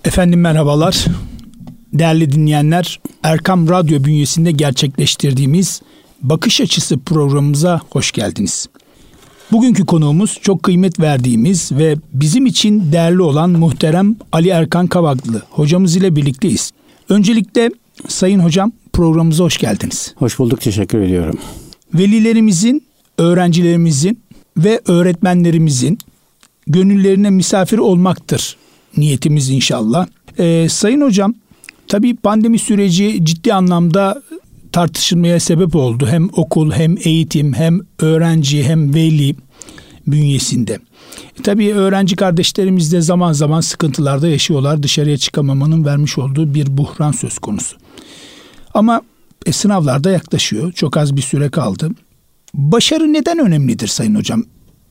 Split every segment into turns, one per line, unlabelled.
Efendim merhabalar. Değerli dinleyenler, Erkam Radyo bünyesinde gerçekleştirdiğimiz Bakış Açısı programımıza hoş geldiniz. Bugünkü konuğumuz çok kıymet verdiğimiz ve bizim için değerli olan muhterem Ali Erkan Kavaklı hocamız ile birlikteyiz. Öncelikle Sayın Hocam, programımıza hoş geldiniz.
Hoş bulduk, teşekkür ediyorum.
Velilerimizin, öğrencilerimizin ve öğretmenlerimizin gönüllerine misafir olmaktır niyetimiz inşallah. Sayın Hocam, tabii pandemi süreci ciddi anlamda tartışılmaya sebep oldu. Hem okul, hem eğitim, hem öğrenci, hem veli bünyesinde. Tabii öğrenci kardeşlerimiz de zaman zaman sıkıntılarda yaşıyorlar. Dışarıya çıkamamanın vermiş olduğu bir buhran söz konusu. Ama sınavlar da yaklaşıyor. Çok az bir süre kaldı. Başarı neden önemlidir Sayın Hocam?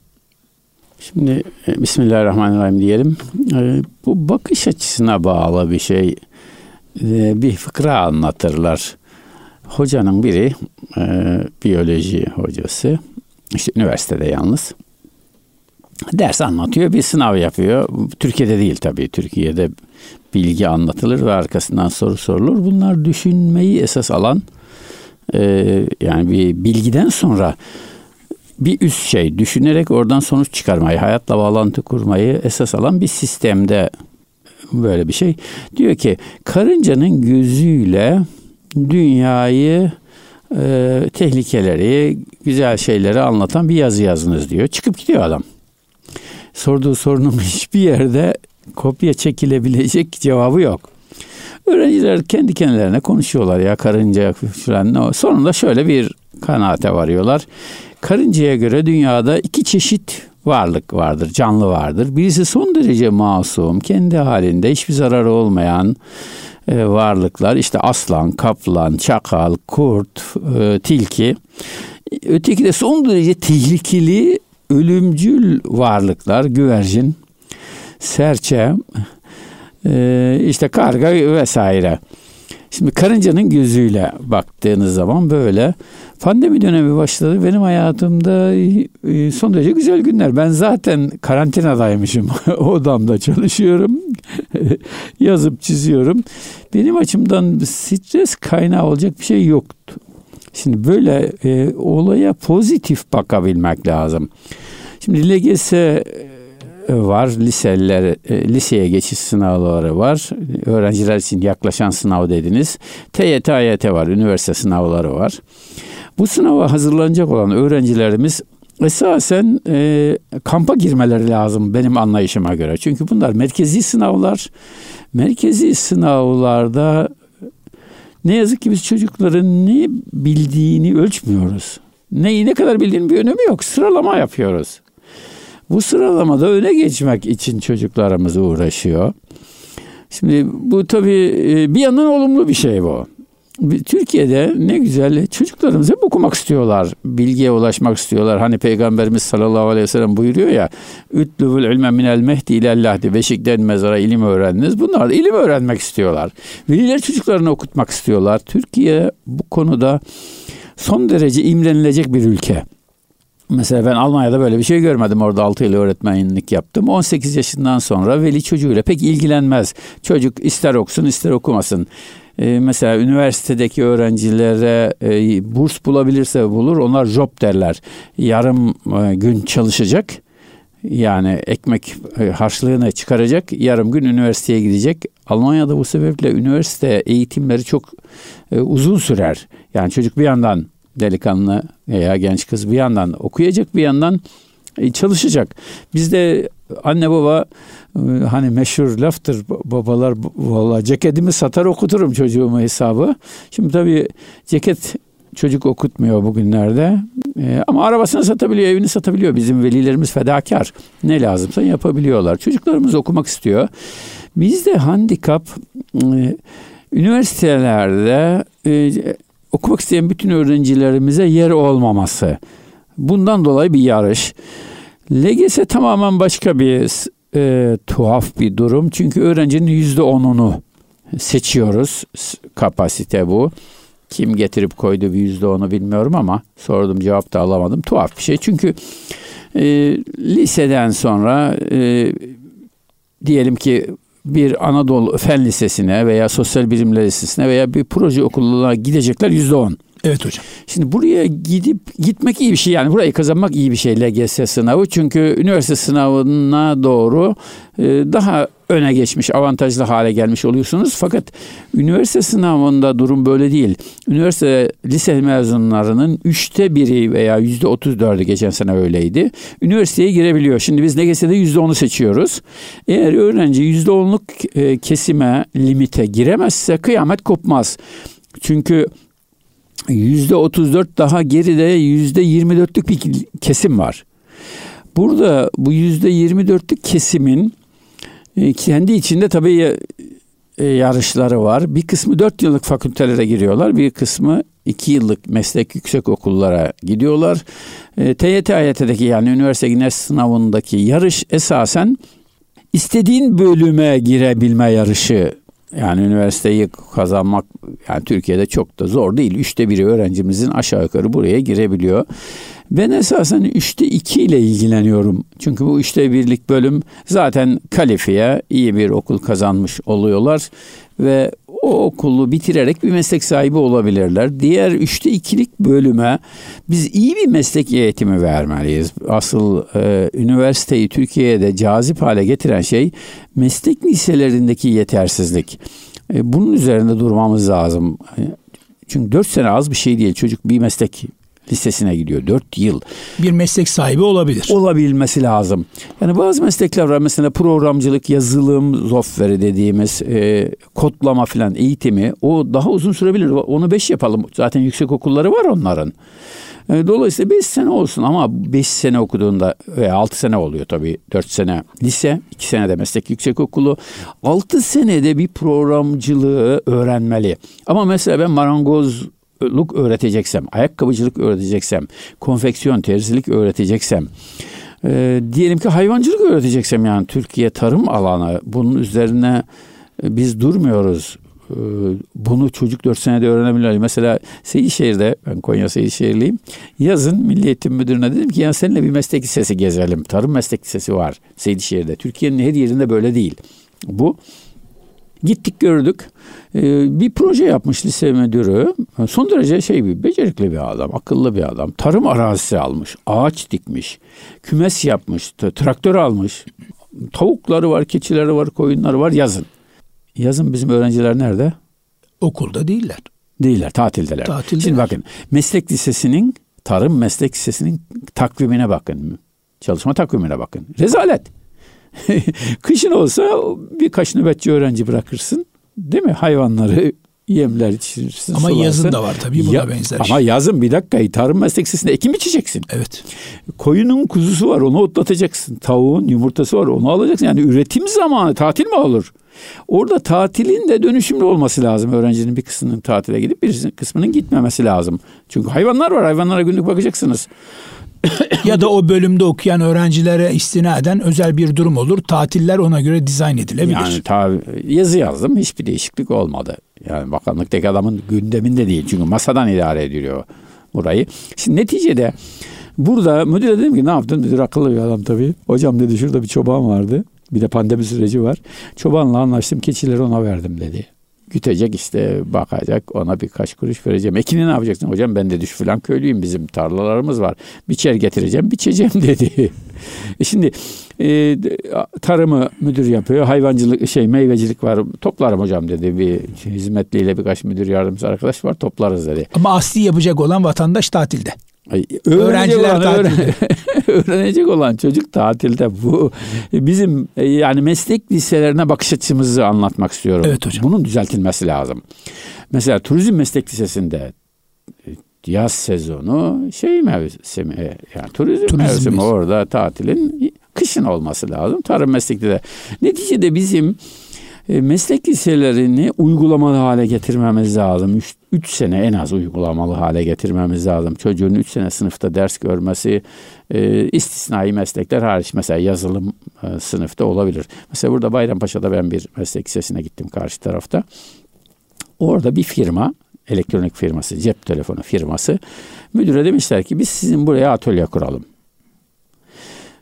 Şimdi Bismillahirrahmanirrahim diyelim. Bu bakış açısına bağlı bir şey. Bir fıkra anlatırlar. Hocanın biri biyoloji hocası, işte üniversitede yalnız, ders anlatıyor, bir sınav yapıyor. Türkiye'de değil tabii. Türkiye'de bilgi anlatılır ve arkasından soru sorulur. Bunlar düşünmeyi esas alan, yani bir bilgiden sonra bir üst şey düşünerek oradan sonuç çıkarmayı, hayatla bağlantı kurmayı esas alan bir sistemde böyle bir şey. Diyor ki karıncanın gözüyle dünyayı, tehlikeleri, güzel şeyleri anlatan bir yazı yazınız diyor. Çıkıp gidiyor adam. Sorduğu sorunun hiçbir yerde kopya çekilebilecek cevabı yok. Öğrenciler kendi kendilerine konuşuyorlar, ya karınca falan. Sonunda şöyle bir kanaate varıyorlar. Karıncaya göre dünyada iki çeşit varlık vardır, canlı vardır. Birisi son derece masum, kendi halinde hiçbir zararı olmayan varlıklar. İşte aslan, kaplan, çakal, kurt, tilki. Öteki de son derece tehlikeli, ölümcül varlıklar. Güvercin, serçe, işte karga vesaire. Şimdi karıncanın gözüyle baktığınız zaman böyle. Pandemi dönemi başladı. Benim hayatımda son derece güzel günler. Ben zaten karantinadaymışım. Odamda çalışıyorum. Yazıp çiziyorum. Benim açımdan stres kaynağı olacak bir şey yoktu. Şimdi böyle olaya pozitif bakabilmek lazım. Şimdi LGS var, liseye geçiş sınavları var. Öğrenciler için yaklaşan sınav dediniz. TYT, AYT var, üniversite sınavları var. Bu sınava hazırlanacak olan öğrencilerimiz esasen kampa girmeleri lazım benim anlayışıma göre. Çünkü bunlar merkezi sınavlar. Merkezi sınavlarda ne yazık ki biz çocukların ne bildiğini ölçmüyoruz. Neyi ne kadar bildiğinin bir önemi yok. Sıralama yapıyoruz. Bu sıralamada öne geçmek için çocuklarımız uğraşıyor. Şimdi bu tabii bir yandan olumlu bir şey bu. Türkiye'de ne güzel çocuklarımız hep okumak istiyorlar. Bilgiye ulaşmak istiyorlar. Hani Peygamberimiz sallallahu aleyhi ve sellem buyuruyor ya, ütlüvül ilme minel mehdi ilellahdi, beşikten mezara ilim öğrendiniz. Bunlar da ilim öğrenmek istiyorlar. Veliler çocuklarını okutmak istiyorlar. Türkiye bu konuda son derece imrenilecek bir ülke. Mesela ben Almanya'da böyle bir şey görmedim. Orada 6 yıl öğretmenlik yaptım. 18 yaşından sonra veli çocuğuyla pek ilgilenmez. Çocuk ister okusun ister okumasın. Mesela üniversitedeki öğrencilere burs bulabilirse bulur. Onlar job derler. Yarım gün çalışacak. Yani ekmek harçlığını çıkaracak. Yarım gün üniversiteye gidecek. Almanya'da bu sebeple üniversite eğitimleri çok uzun sürer. Yani çocuk bir yandan delikanlı veya genç kız bir yandan okuyacak, bir yandan çalışacak. Bizde anne baba hani meşhur laftır, babalar vallahi ceketimi satar okuturum çocuğumu hesabı. Şimdi tabii ceket çocuk okutmuyor bugünlerde. Ama arabasını satabiliyor, evini satabiliyor. Bizim velilerimiz fedakar. Ne lazımsa yapabiliyorlar. Çocuklarımız okumak istiyor. Bizde handikap üniversitelerde okumak isteyen bütün öğrencilerimize yer olmaması. Bundan dolayı bir yarış. LGS tamamen başka bir tuhaf bir durum. Çünkü öğrencinin %10'unu seçiyoruz. Kapasite bu. Kim getirip koydu bir %10'u bilmiyorum ama sordum, cevap da alamadım. Tuhaf bir şey. Çünkü liseden sonra diyelim ki bir Anadolu Fen Lisesi'ne veya Sosyal Bilimler Lisesi'ne veya bir proje okuluna gidecekler %10.
Evet hocam.
Şimdi buraya gitmek iyi bir şey. Yani burayı kazanmak iyi bir şey LGS sınavı. Çünkü üniversite sınavına doğru daha öne geçmiş, avantajlı hale gelmiş oluyorsunuz. Fakat üniversite sınavında durum böyle değil. Üniversite lise mezunlarının 1/3 veya %34'ü geçen sene öyleydi. Üniversiteye girebiliyor. Şimdi biz LGS'de %10'u seçiyoruz. Eğer öğrenci %10'luk kesime, limite giremezse kıyamet kopmaz. Çünkü %34 daha geride %24'lük bir kesim var. Burada bu %24'lük kesimin kendi içinde tabii yarışları var. Bir kısmı 4 yıllık fakültelere giriyorlar. Bir kısmı 2 yıllık meslek yüksek okullara gidiyorlar. TYT, AYT'deki yani üniversite giriş sınavındaki yarış esasen istediğin bölüme girebilme yarışı. Yani üniversiteyi kazanmak yani Türkiye'de çok da zor değil. 1/3 öğrencimizin aşağı yukarı buraya girebiliyor. Ben esasen 2/3 ile ilgileniyorum. Çünkü bu 1/3'lik bölüm zaten kalifiye, iyi bir okul kazanmış oluyorlar ve o okulu bitirerek bir meslek sahibi olabilirler. Diğer 2/3'lik bölüme biz iyi bir meslek eğitimi vermeliyiz. Asıl üniversiteyi Türkiye'de cazip hale getiren şey meslek liselerindeki yetersizlik. Bunun üzerinde durmamız lazım. Çünkü 4 sene az bir şey değil. Çocuk bir meslek lisesine gidiyor. 4 yıl.
Bir meslek sahibi olabilir.
Olabilmesi lazım. Yani bazı meslekler var. Mesela programcılık, yazılım, software dediğimiz kodlama falan eğitimi. O daha uzun sürebilir. Onu 5 yapalım. Zaten yüksek okulları var onların. Dolayısıyla 5 sene olsun ama 5 sene okuduğunda 6 sene oluyor tabii. 4 sene lise, 2 sene de meslek yüksek okulu. 6 senede bir programcılığı öğrenmeli. Ama mesela ben marangozluk öğreteceksem, ayakkabıcılık öğreteceksem, konfeksiyon, terzilik öğreteceksem, diyelim ki hayvancılık öğreteceksem yani Türkiye tarım alanı bunun üzerine biz durmuyoruz. Bunu çocuk 4 senede öğrenebilir. Mesela Seydişehir'de, ben Konya Seydişehirliyim. Yazın Milli Eğitim Müdürü'ne dedim ki ya seninle bir meslek lisesi gezelim. Tarım meslek lisesi var Seydişehir'de. Türkiye'nin her yerinde böyle değil. Bu. Gittik gördük. Bir proje yapmış lise müdürü. Son derece becerikli bir adam, akıllı bir adam. Tarım arazisi almış, ağaç dikmiş, kümes yapmış, traktör almış. Tavukları var, keçileri var, koyunları var yazın. Yazın bizim öğrenciler nerede?
Okulda değiller.
Değiller, tatildeler. Şimdi bakın, tarım meslek lisesinin takvimine bakın. Çalışma takvimine bakın. Rezalet. Kışın olsa birkaç nöbetçi öğrenci bırakırsın. Değil mi? Hayvanları yemler içirirsin.
Ama
sularsın.
Yazın da var tabii buna benzer.
Ama yazın bir dakika tarım meslek lisesinde ekim biçeceksin.
Evet.
Koyunun kuzusu var onu otlatacaksın. Tavuğun yumurtası var onu alacaksın. Yani üretim zamanı tatil mi olur? Orada tatilin de dönüşümlü olması lazım. Öğrencinin bir kısmının tatile gidip bir kısmının gitmemesi lazım. Çünkü hayvanlar var. Hayvanlara günlük bakacaksınız.
Ya da o bölümde okuyan öğrencilere istinaden özel bir durum olur. Tatiller ona göre dizayn edilebilir.
Yani yazı yazdım. Hiçbir değişiklik olmadı. Yani bakanlıktaki adamın gündeminde değil. Çünkü masadan idare ediliyor burayı. Şimdi neticede burada müdüre dedim ki ne yaptın? Müdür akıllı bir adam tabii. Hocam dedi şurada bir çoban vardı. Bir de pandemi süreci var. Çobanla anlaştım. Keçileri ona verdim dedi. Gütecek işte bakacak ona birkaç kuruş vereceğim. Ekini ne yapacaksın? Hocam ben de düş falan köylüyüm bizim tarlalarımız var. Biçer getireceğim biçeceğim dedi. Şimdi tarımı müdür yapıyor. Hayvancılık meyvecilik var toplarım hocam dedi. Bir hizmetliyle birkaç müdür yardımcısı arkadaş var toplarız dedi.
Ama asli yapacak olan vatandaş tatilde.
Öğrenciler tatilde. Öğrenecek olan çocuk tatilde. Bu bizim yani meslek liselerine bakış açımızı anlatmak istiyorum.
Evet hocam.
Bunun düzeltilmesi lazım. Mesela turizm meslek lisesinde yaz sezonu mevsimi yani turizm mevsimi orada tatilin kışın olması lazım. Tarım meslekte de. Neticede bizim meslek liselerini uygulamalı hale getirmemiz lazım. 3 sene en az uygulamalı hale getirmemiz lazım. Çocuğun 3 sene sınıfta ders görmesi istisnai meslekler hariç mesela yazılım sınıfta olabilir. Mesela burada Bayrampaşa'da ben bir meslek lisesine gittim karşı tarafta. Orada bir firma, elektronik firması, cep telefonu firması müdüre demişler ki biz sizin buraya atölye kuralım.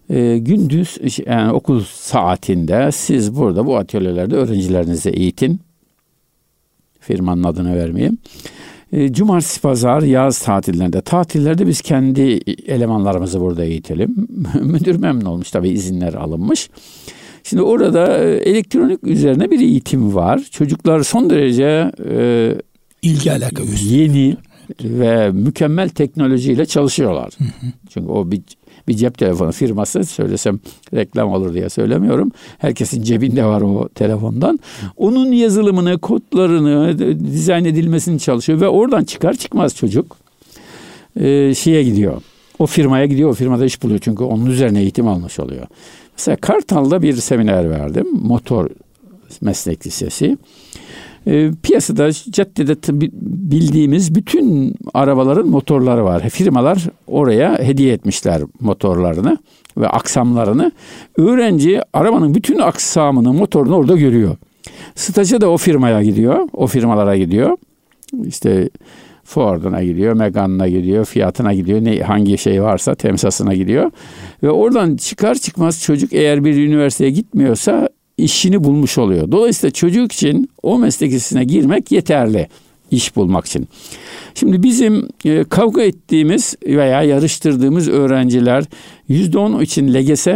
Gündüz yani okul saatinde siz burada bu atölyelerde öğrencilerinize eğitin. Firmanın adını vermeyeyim. Cumartesi, pazar, yaz tatillerde biz kendi elemanlarımızı burada eğitelim. Müdür memnun olmuş, tabii izinler alınmış. Şimdi orada elektronik üzerine bir eğitim var. Çocuklar son derece
ilgi alaka
yeni ve mükemmel teknolojiyle çalışıyorlar. Çünkü o bir cep telefonu firması, söylesem reklam olur diye söylemiyorum. Herkesin cebinde var o telefondan. Onun yazılımını, kodlarını, dizayn edilmesini çalışıyor ve oradan çıkar çıkmaz çocuk şeye gidiyor. O firmaya gidiyor, o firmada iş buluyor çünkü onun üzerine eğitim almış oluyor. Mesela Kartal'da bir seminer verdim. Motor meslek lisesi. Piyasada, caddede bildiğimiz bütün arabaların motorları var. Firmalar oraya hediye etmişler motorlarını ve aksamlarını. Öğrenci arabanın bütün aksamını, motorunu orada görüyor. Stajı da o firmaya gidiyor, o firmalara gidiyor. İşte Ford'una gidiyor, Megane'ına gidiyor, Fiat'ına gidiyor, hangi şey varsa temsasına gidiyor. Ve oradan çıkar çıkmaz çocuk eğer bir üniversiteye gitmiyorsa işini bulmuş oluyor. Dolayısıyla çocuk için o meslek lisesine girmek yeterli iş bulmak için. Şimdi bizim kavga ettiğimiz veya yarıştırdığımız öğrenciler %10 için LGS,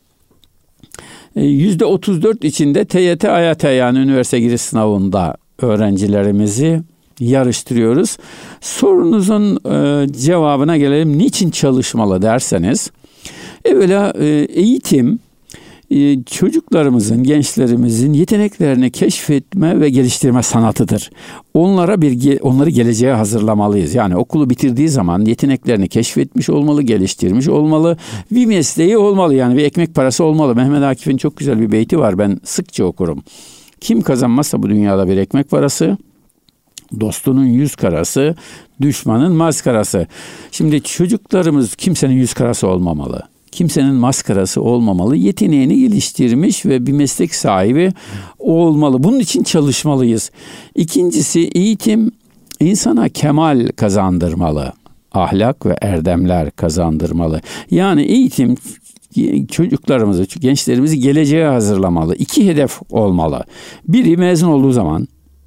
%34 için de TYT, AYT yani üniversite giriş sınavında öğrencilerimizi yarıştırıyoruz. Sorunuzun cevabına gelelim. Niçin çalışmalı derseniz, evvela eğitim çocuklarımızın, gençlerimizin yeteneklerini keşfetme ve geliştirme sanatıdır. Onları geleceğe hazırlamalıyız. Yani okulu bitirdiği zaman yeteneklerini keşfetmiş olmalı, geliştirmiş olmalı. Bir mesleği olmalı, yani bir ekmek parası olmalı. Mehmet Akif'in çok güzel bir beyti var, ben sıkça okurum. Kim kazanmazsa bu dünyada bir ekmek parası, dostunun 100 karası, düşmanın maskarası. Şimdi çocuklarımız kimsenin 100 karası olmamalı. Kimsenin maskarası olmamalı. Yeteneğini geliştirmiş ve bir meslek sahibi olmalı. Bunun için çalışmalıyız. İkincisi, eğitim insana kemal kazandırmalı. Ahlak ve erdemler kazandırmalı. Yani eğitim çocuklarımızı, gençlerimizi geleceğe hazırlamalı. 2 hedef olmalı. Biri, mezun olduğu zaman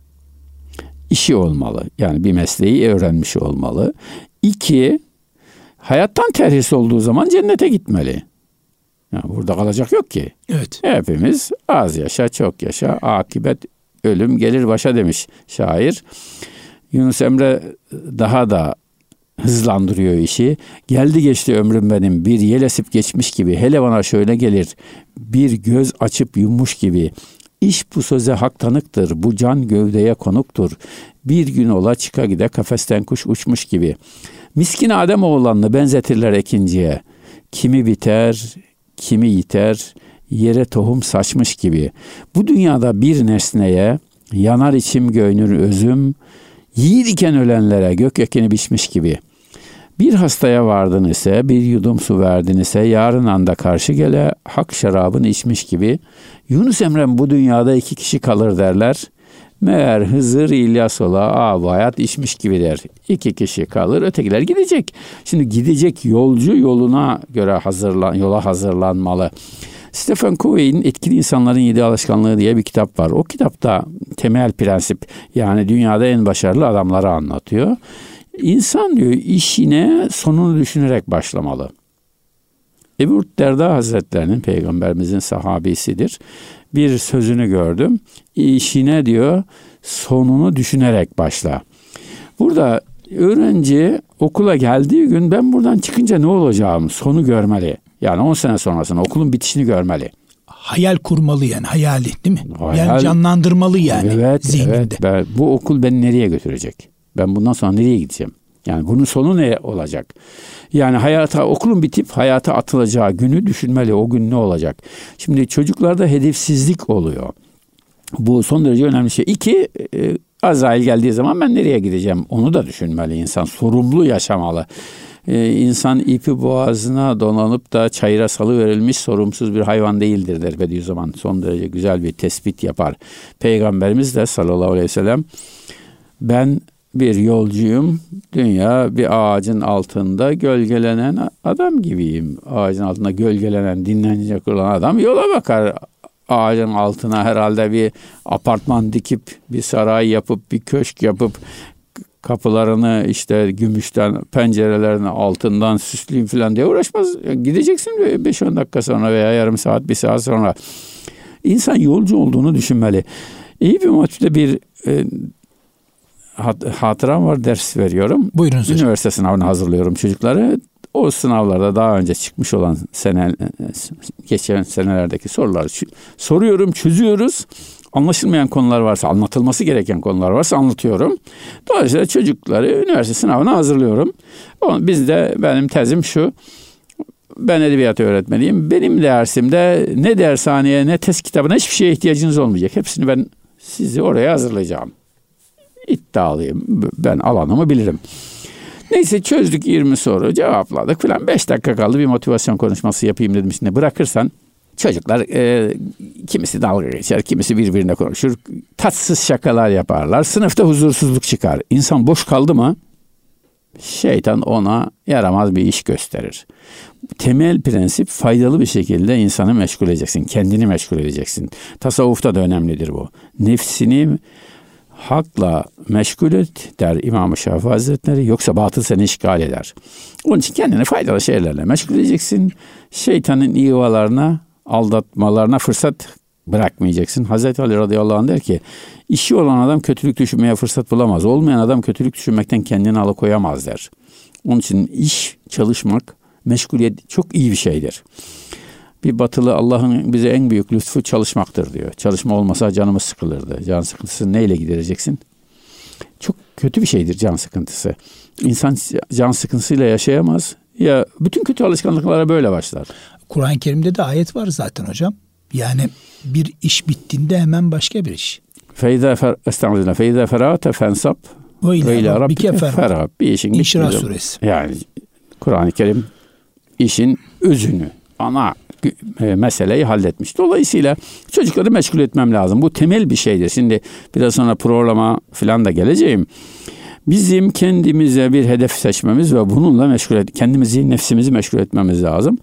işi olmalı. Yani bir mesleği öğrenmiş olmalı. 2, hayattan terhis olduğu zaman cennete gitmeli. Yani burada kalacak yok ki.
Evet.
Hepimiz az yaşa, çok yaşa, akibet ölüm gelir başa demiş şair. Yunus Emre daha da hızlandırıyor işi. Geldi geçti ömrüm benim bir yel esip geçmiş gibi. Hele bana şöyle gelir bir göz açıp yummuş gibi. İş bu söze hak tanıktır. Bu can gövdeye konuktur. Bir gün ola çıka gide kafesten kuş uçmuş gibi. Miskin Ademoğullarını benzetirler ekinciye. Kimi biter, kimi yiter, yere tohum saçmış gibi. Bu dünyada bir nesneye yanar içim göynür özüm, yiğit iken ölenlere gök ekini biçmiş gibi. Bir hastaya vardın ise, bir yudum su verdin ise, yarın anda karşı gele hak şarabını içmiş gibi. Yunus Emre'm bu dünyada 2 kişi kalır derler. Meğer Hızır İlyas ola bu hayat içmiş gibi der. 2 kişi kalır, ötekiler gidecek. Şimdi gidecek yolcu yoluna göre yola hazırlanmalı. Stephen Covey'in Etkili İnsanların 7 Alışkanlığı diye bir kitap var. O kitapta temel prensip, yani dünyada en başarılı adamları anlatıyor. İnsan diyor işine sonunu düşünerek başlamalı. Ebu Derda Hazretlerinin, Peygamberimizin sahabisidir, bir sözünü gördüm. İşine diyor sonunu düşünerek başla. Burada öğrenci okula geldiği gün ben buradan çıkınca ne olacağım sonu görmeli. Yani 10 sene sonrasında okulun bitişini görmeli.
Hayal kurmalı, yani hayali değil mi? Yani canlandırmalı yani zihninde.
Evet. Bu okul beni nereye götürecek? Ben bundan sonra nereye gideceğim? Yani bunun sonu ne olacak? Yani okulun bitip hayata atılacağı günü düşünmeli. O gün ne olacak? Şimdi çocuklarda hedefsizlik oluyor. Bu son derece önemli şey. 2, Azrail geldiği zaman ben nereye gideceğim? Onu da düşünmeli insan. Sorumlu yaşamalı. İnsan ipi boğazına dolanıp da çayıra salıverilmiş sorumsuz bir hayvan değildir der Bediüzzaman. Son derece güzel bir tespit yapar. Peygamberimiz de sallallahu aleyhi ve sellem, ben bir yolcuyum. Dünya bir ağacın altında gölgelenen adam gibiyim. Ağacın altında gölgelenen, dinlenecek olan adam yola bakar. Ağacın altına herhalde bir apartman dikip, bir saray yapıp, bir köşk yapıp, kapılarını işte gümüşten, pencerelerini altından süsleyeyim falan diye uğraşmaz. Gideceksin 5-10 dakika sonra veya yarım saat, bir saat sonra. İnsan yolcu olduğunu düşünmeli. İyi bir motivde bir hatıram var, ders veriyorum.
Buyurunuz hocam.
Üniversite sınavına hazırlıyorum çocukları. O sınavlarda daha önce çıkmış olan geçen senelerdeki soruları soruyorum, çözüyoruz. Anlaşılmayan konular varsa, anlatılması gereken konular varsa anlatıyorum. Dolayısıyla çocukları üniversite sınavına hazırlıyorum. Benim tezim şu. Ben edebiyat öğretmeniyim. Benim dersimde ne dershaneye ne test kitabına hiçbir şeye ihtiyacınız olmayacak. Hepsini ben sizi oraya hazırlayacağım. İddialıyım. Ben alanımı bilirim. Neyse çözdük 20 soru, cevapladık falan. 5 dakika kaldı, bir motivasyon konuşması yapayım dedim. Şimdi bırakırsan çocuklar kimisi dalga geçer, kimisi birbirine konuşur. Tatsız şakalar yaparlar. Sınıfta huzursuzluk çıkar. İnsan boş kaldı mı şeytan ona yaramaz bir iş gösterir. Temel prensip, faydalı bir şekilde insanı meşgul edeceksin. Kendini meşgul edeceksin. Tasavvufta da önemlidir bu. Nefsini hakla meşgul et der İmam-ı Şafii Hazretleri, yoksa batıl seni işgal eder. Onun için kendini faydalı şeylerle meşgul edeceksin. Şeytanın ihvalarına, aldatmalarına fırsat bırakmayacaksın. Hazreti Ali radıyallahu anh der ki, işi olan adam kötülük düşünmeye fırsat bulamaz. Olmayan adam kötülük düşünmekten kendini alıkoyamaz der. Onun için iş, çalışmak, meşguliyet çok iyi bir şeydir. Bir batılı, Allah'ın bize en büyük lütfu çalışmaktır diyor. Çalışma olmasa canımız sıkılırdı. Can sıkıntısını neyle gidereceksin? Çok kötü bir şeydir can sıkıntısı. İnsan can sıkıntısıyla yaşayamaz. Ya bütün kötü alışkanlıklara böyle başlar.
Kur'an-ı Kerim'de de ayet var zaten hocam. Yani bir iş bittiğinde hemen başka bir iş.
Feyza ferate fensab
ve ila rabbike ferhab.
Bir işin
İnşirah suresi.
Yani Kur'an-ı Kerim işin özünü, ana meseleyi halletmiş. Dolayısıyla çocukları meşgul etmem lazım. Bu temel bir şeydir. Şimdi biraz sonra programa falan da geleceğim. Bizim kendimize bir hedef seçmemiz ve bununla kendimizi, nefsimizi meşgul etmemiz lazım.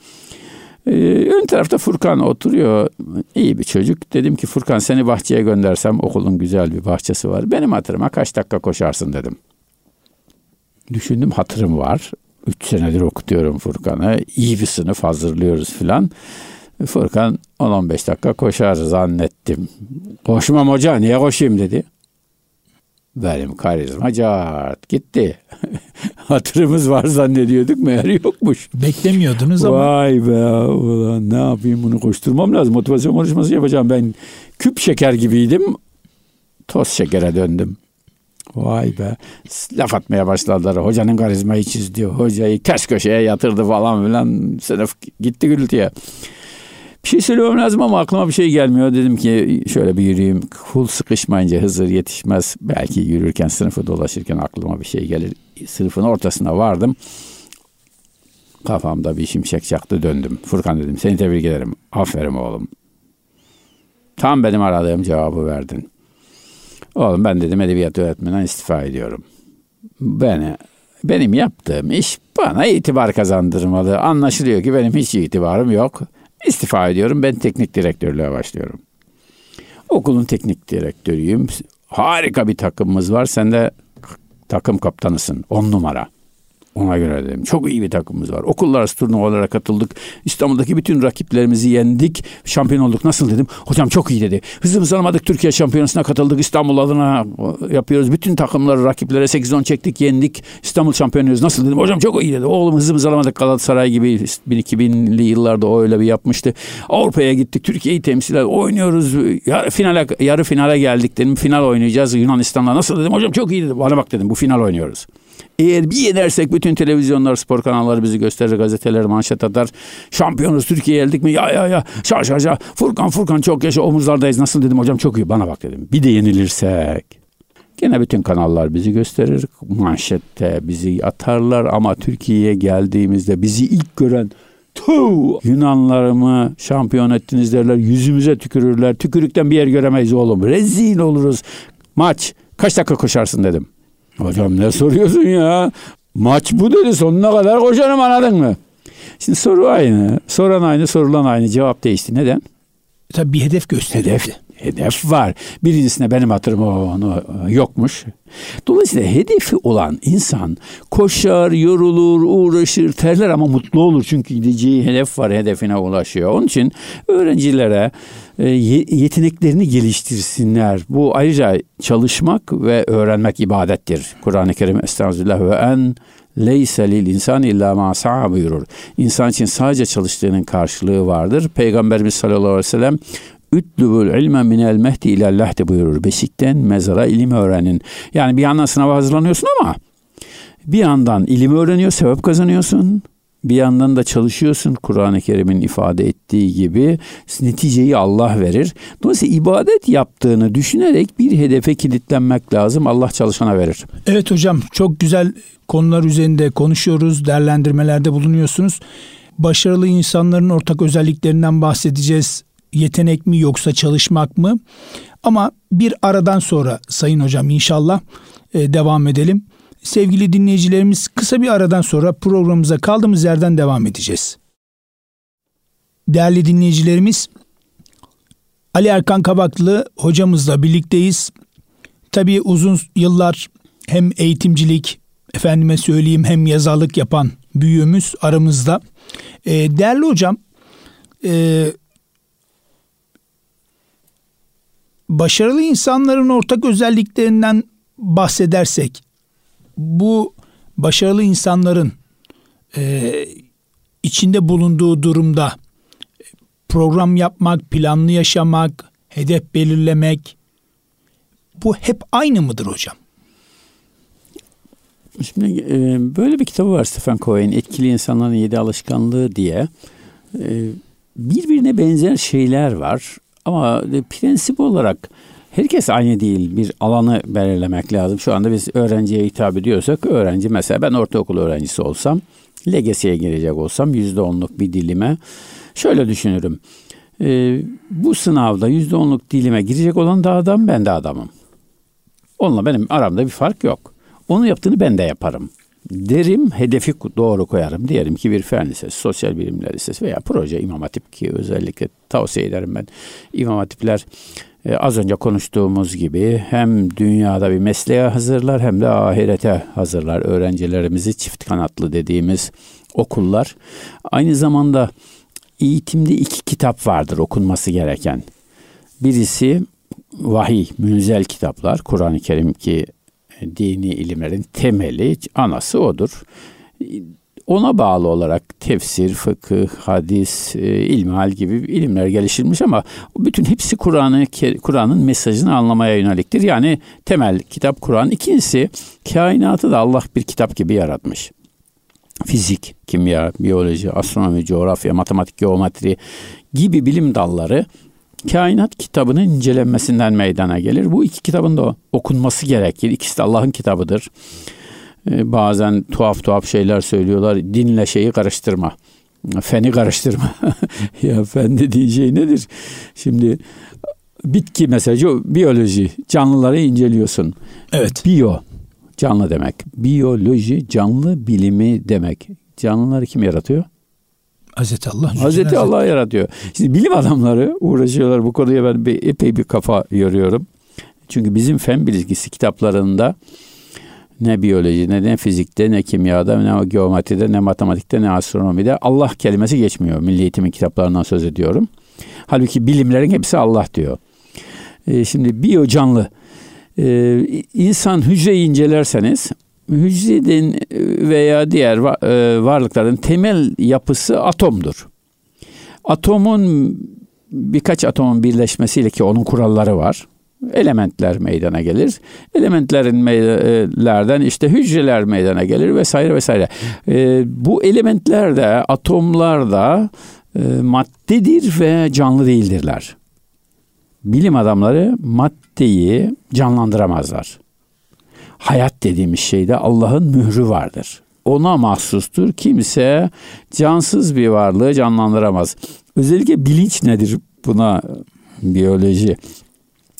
Ön tarafta Furkan oturuyor. İyi bir çocuk. Dedim ki Furkan, seni bahçeye göndersem, okulun güzel bir bahçesi var. Benim hatırıma kaç dakika koşarsın dedim. Düşündüm, hatırım var. 3 senedir okutuyorum Furkan'ı. İyi bir sınıf hazırlıyoruz filan. Furkan 10-15 dakika koşar zannettim. Koşmam hoca, niye koşayım dedi. Benim karizma cart gitti. Hatırımız var zannediyorduk, meğer yokmuş.
Beklemiyordunuz ama.
Vay be ulan, ne yapayım, bunu koşturmam lazım. Motivasyon konuşması yapacağım. Ben küp şeker gibiydim. Toz şekere döndüm. Vay be. Laf atmaya başladılar. Hocanın karizmayı çizdi. Hocayı ters köşeye yatırdı falan filan. Sınıf gitti gürültüye. Bir şey söylemem lazım ama aklıma bir şey gelmiyor. Dedim ki şöyle bir yürüyeyim. Kul sıkışmayınca Hızır yetişmez. Belki yürürken, sınıfı dolaşırken aklıma bir şey gelir. Sınıfın ortasına vardım. Kafamda bir şimşek çaktı, döndüm. Furkan dedim, seni tebrik ederim. Aferin oğlum. Tam benim aradığım cevabı verdin. Oğlum, ben dedim edebiyat öğretmeninden istifa ediyorum. Benim yaptığım iş bana itibar kazandırmalı. Anlaşılıyor ki benim hiç itibarım yok. İstifa ediyorum. Ben teknik direktörlüğe başlıyorum. Okulun teknik direktörüyüm. Harika bir takımımız var. Sen de takım kaptanısın. 10 numara. Ona göre dedim. Çok iyi bir takımımız var. Okullar arası turnuvalara katıldık. İstanbul'daki bütün rakiplerimizi yendik. Şampiyon olduk. Nasıl dedim. Hocam çok iyi dedi. Hızımızı alamadık. Türkiye şampiyonasına katıldık. İstanbul adına yapıyoruz. Bütün takımları, rakiplere 8-10 çektik. Yendik. İstanbul şampiyonuyuz. Nasıl dedim. Hocam çok iyi dedi. Oğlum hızımızı alamadık. Galatasaray gibi 2000'li yıllarda o öyle bir yapmıştı. Avrupa'ya gittik. Türkiye'yi temsil ediyoruz. Oynuyoruz. Yarı finale geldik dedim. Final oynayacağız Yunanistan'la. Nasıl dedim. Hocam çok iyi dedi. Bana bak dedim. Bu final oynuyoruz. Eğer bir yenersek bütün televizyonlar, spor kanalları bizi gösterir, gazeteler manşet atar. Şampiyonuz, Türkiye'ye geldik mi? Ya. Şa. Furkan çok yaşa, omuzlardayız. Nasıl dedim. Hocam çok iyi. Bana bak dedim. Bir de yenilirsek. Gene bütün kanallar bizi gösterir. Manşette bizi atarlar ama Türkiye'ye geldiğimizde bizi ilk gören Yunanları mı şampiyon ettiniz derler. Yüzümüze tükürürler. Tükürükten bir yer göremeyiz oğlum. Rezil oluruz. Maç. Kaç dakika koşarsın dedim. Hocam ne soruyorsun ya? Maç bu dedi, sonuna kadar koşarım, anladın mı? Şimdi soru aynı. Soran aynı, sorulan aynı. Cevap değişti. Neden?
Tabii bir hedef gösterildi.
Hedef var. Birincisinde benim hatırım onu yokmuş. Dolayısıyla hedefi olan insan koşar, yorulur, uğraşır, terler ama mutlu olur. Çünkü gideceği hedef var, hedefine ulaşıyor. Onun için öğrencilere yeteneklerini geliştirsinler. Bu ayrıca çalışmak ve öğrenmek ibadettir. Kur'an-ı Kerim Estağfirullah ve en leyse lil insan illa ma sa'a buyurur. İnsan için sadece çalıştığının karşılığı vardır. Peygamberimiz sallallahu aleyhi ve sellem ütlübül ilme minel mehdi ilel lahdi buyurur. Beşikten mezara ilim öğrenin. Yani bir yandan sınava hazırlanıyorsun ama bir yandan ilim öğreniyor, sevap kazanıyorsun. Bir yandan da çalışıyorsun. Kur'an-ı Kerim'in ifade ettiği gibi neticeyi Allah verir. Dolayısıyla ibadet yaptığını düşünerek bir hedefe kilitlenmek lazım. Allah çalışana verir.
Evet hocam, çok güzel konular üzerinde konuşuyoruz. Değerlendirmelerde bulunuyorsunuz. Başarılı insanların ortak özelliklerinden bahsedeceğiz. Yetenek mi yoksa çalışmak mı? Ama bir aradan sonra sayın hocam inşallah devam edelim. Sevgili dinleyicilerimiz, kısa bir aradan sonra programımıza kaldığımız yerden devam edeceğiz. Değerli dinleyicilerimiz, Ali Erkan Kabaklı hocamızla birlikteyiz. Tabii uzun yıllar hem eğitimcilik, efendime söyleyeyim, hem yazarlık yapan büyüğümüz aramızda. Değerli hocam, başarılı insanların ortak özelliklerinden bahsedersek, bu başarılı insanların içinde bulunduğu durumda program yapmak, planlı yaşamak, hedef belirlemek, bu hep aynı mıdır hocam?
Şimdi böyle bir kitabı var Stephen Covey'in, Etkili İnsanların 7 Alışkanlığı diye. Birbirine benzer şeyler var ama prensip olarak herkes aynı değil. Bir alanı belirlemek lazım. Şu anda biz öğrenciye hitap ediyorsak, öğrenci mesela ben ortaokul öğrencisi olsam, LGS'ye girecek olsam %10'luk bir dilime şöyle düşünürüm. Bu sınavda %10'luk dilime girecek olan da adam, ben de adamım. Onunla benim aramda bir fark yok. Onun yaptığını ben de yaparım derim, hedefi doğru koyarım. Diyelim ki bir fen lisesi, sosyal bilimler lisesi veya proje İmam Hatip, ki özellikle tavsiye ederim ben. İmam Hatipler az önce konuştuğumuz gibi hem dünyada bir mesleğe hazırlar hem de ahirete hazırlar öğrencilerimizi. Çift kanatlı dediğimiz okullar. Aynı zamanda eğitimde 2 kitap vardır okunması gereken. Birisi vahiy, münzel kitaplar. Kur'an-ı Kerim ki dini ilimlerin temeli, anası odur. Ona bağlı olarak tefsir, fıkıh, hadis, ilmihal gibi ilimler geliştirilmiş ama bütün hepsi Kur'an'ın mesajını anlamaya yöneliktir. Yani temel kitap Kur'an. İkincisi, kainatı da Allah bir kitap gibi yaratmış. Fizik, kimya, biyoloji, astronomi, coğrafya, matematik, geometri gibi bilim dalları kainat kitabının incelenmesinden meydana gelir. Bu 2 kitabın da okunması gerekir. İkisi de Allah'ın kitabıdır. Bazen tuhaf şeyler söylüyorlar. Dinle şeyi karıştırma. Feni karıştırma. Ya fen dediğin şey nedir? Şimdi bitki mesela, biyoloji, canlıları inceliyorsun.
Evet.
Canlı demek. Biyoloji, canlı bilimi demek. Canlıları kim yaratıyor?
Hazreti Allah.
Hazreti Allah yaratıyor. Şimdi bilim adamları uğraşıyorlar. Bu konuya ben epey bir kafa yoruyorum. Çünkü bizim fen bilgisi kitaplarında ne biyoloji, ne fizikte, ne kimyada, ne geometride, ne matematikte, ne astronomide Allah kelimesi geçmiyor. Milli Eğitim'in kitaplarından söz ediyorum. Halbuki bilimlerin hepsi Allah diyor. Şimdi canlı. İnsan hücreyi incelerseniz, hücrenin veya diğer varlıkların temel yapısı atomdur. Birkaç atomun birleşmesiyle, ki onun kuralları var, elementler meydana gelir. Elementlerden işte hücreler meydana gelir vesaire vesaire. Bu elementler de, atomlar da maddedir ve canlı değildirler. Bilim adamları maddeyi canlandıramazlar. Hayat dediğimiz şeyde Allah'ın mührü vardır. Ona mahsustur. Kimse cansız bir varlığı canlandıramaz. Özellikle bilinç nedir? Buna biyoloji